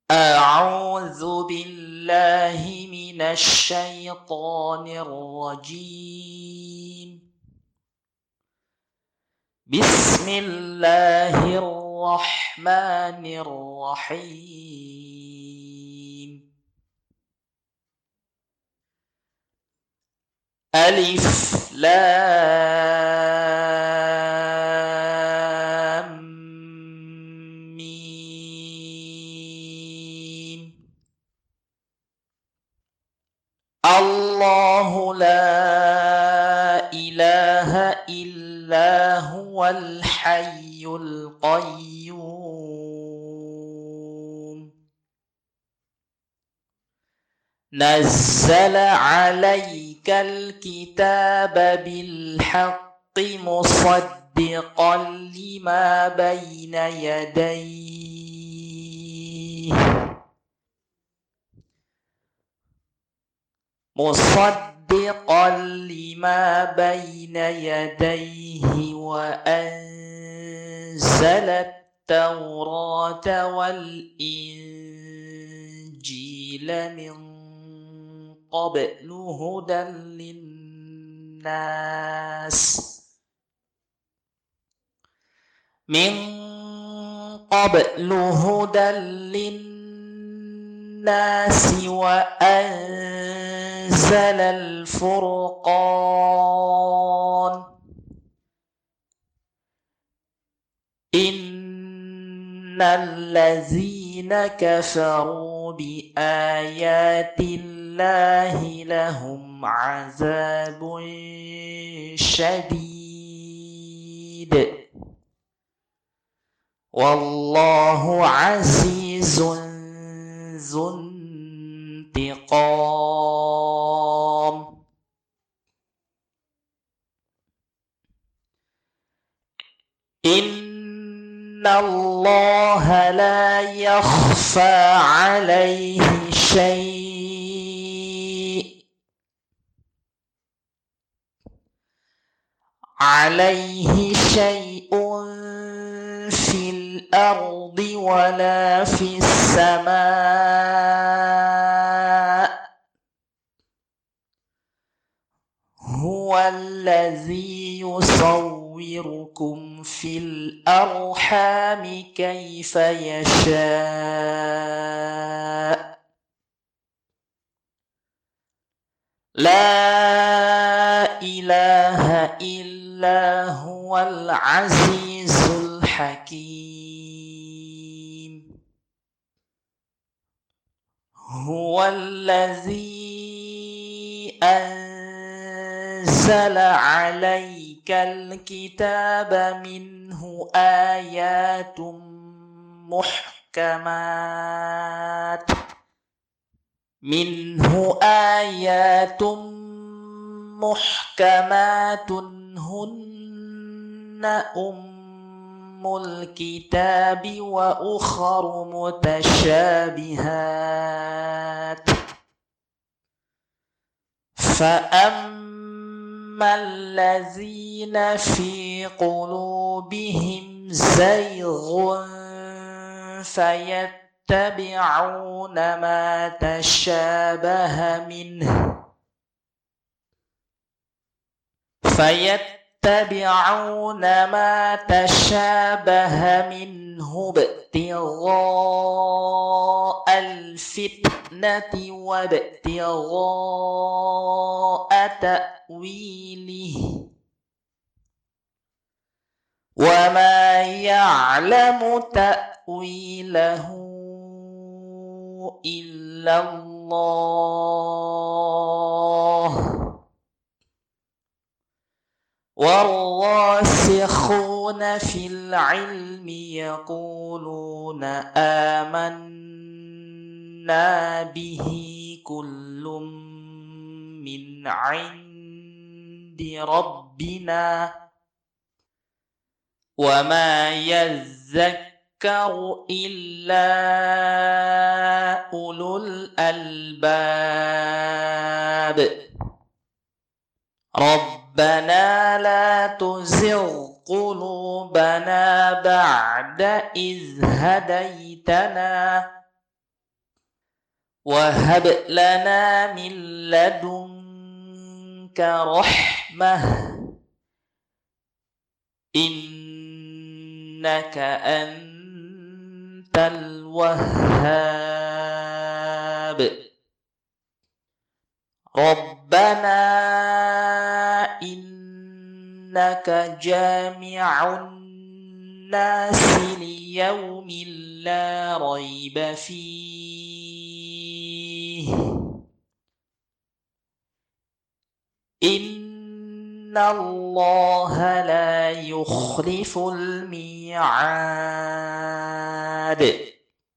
أعوذ بالله من الشيطان الرجيم. بسم الله الرحمن الرحيم. ألف لام ميم. الله لا إله إلا هو الحي القيوم. نزل عليك الكتاب بالحق مصدقا لما بين يديه وأنزل التوراة والإنجيل من قبل هدى للناس وأنزل الفرقان. إن الذين كفروا بآيات الله لهم عذاب شديد والله عزيز ذو انتقام. إن الله لا يخفى عليه شيء في الأرض ولا في السماء. هو الذي يصوركم في الأرحام كيف يشاء. لا إله إلا هو العزيز الحكيم. هو الذي أنزل عليك الكتاب منه آيات محكمات هن أم الكتاب وأخر متشابهات. فأما الذين في قلوبهم زيغ فيتبعون ما تشابه منه ابتغاء الفتنة وابتغاء تأويله وما يعلم تأويله إلا الله. والراسخون في العلم يقولون آمنا به كل من عند ربنا وما يذكر إلا أولو الألباب. ربنا لا تزغ قلوبنا بعد إذ هديتنا وهب لنا من لدنك رحمة إنك أنت الوهاب ربنا إنك جامع الناس ليوم لا ريب فيه إن الله لا يخلف الميعاد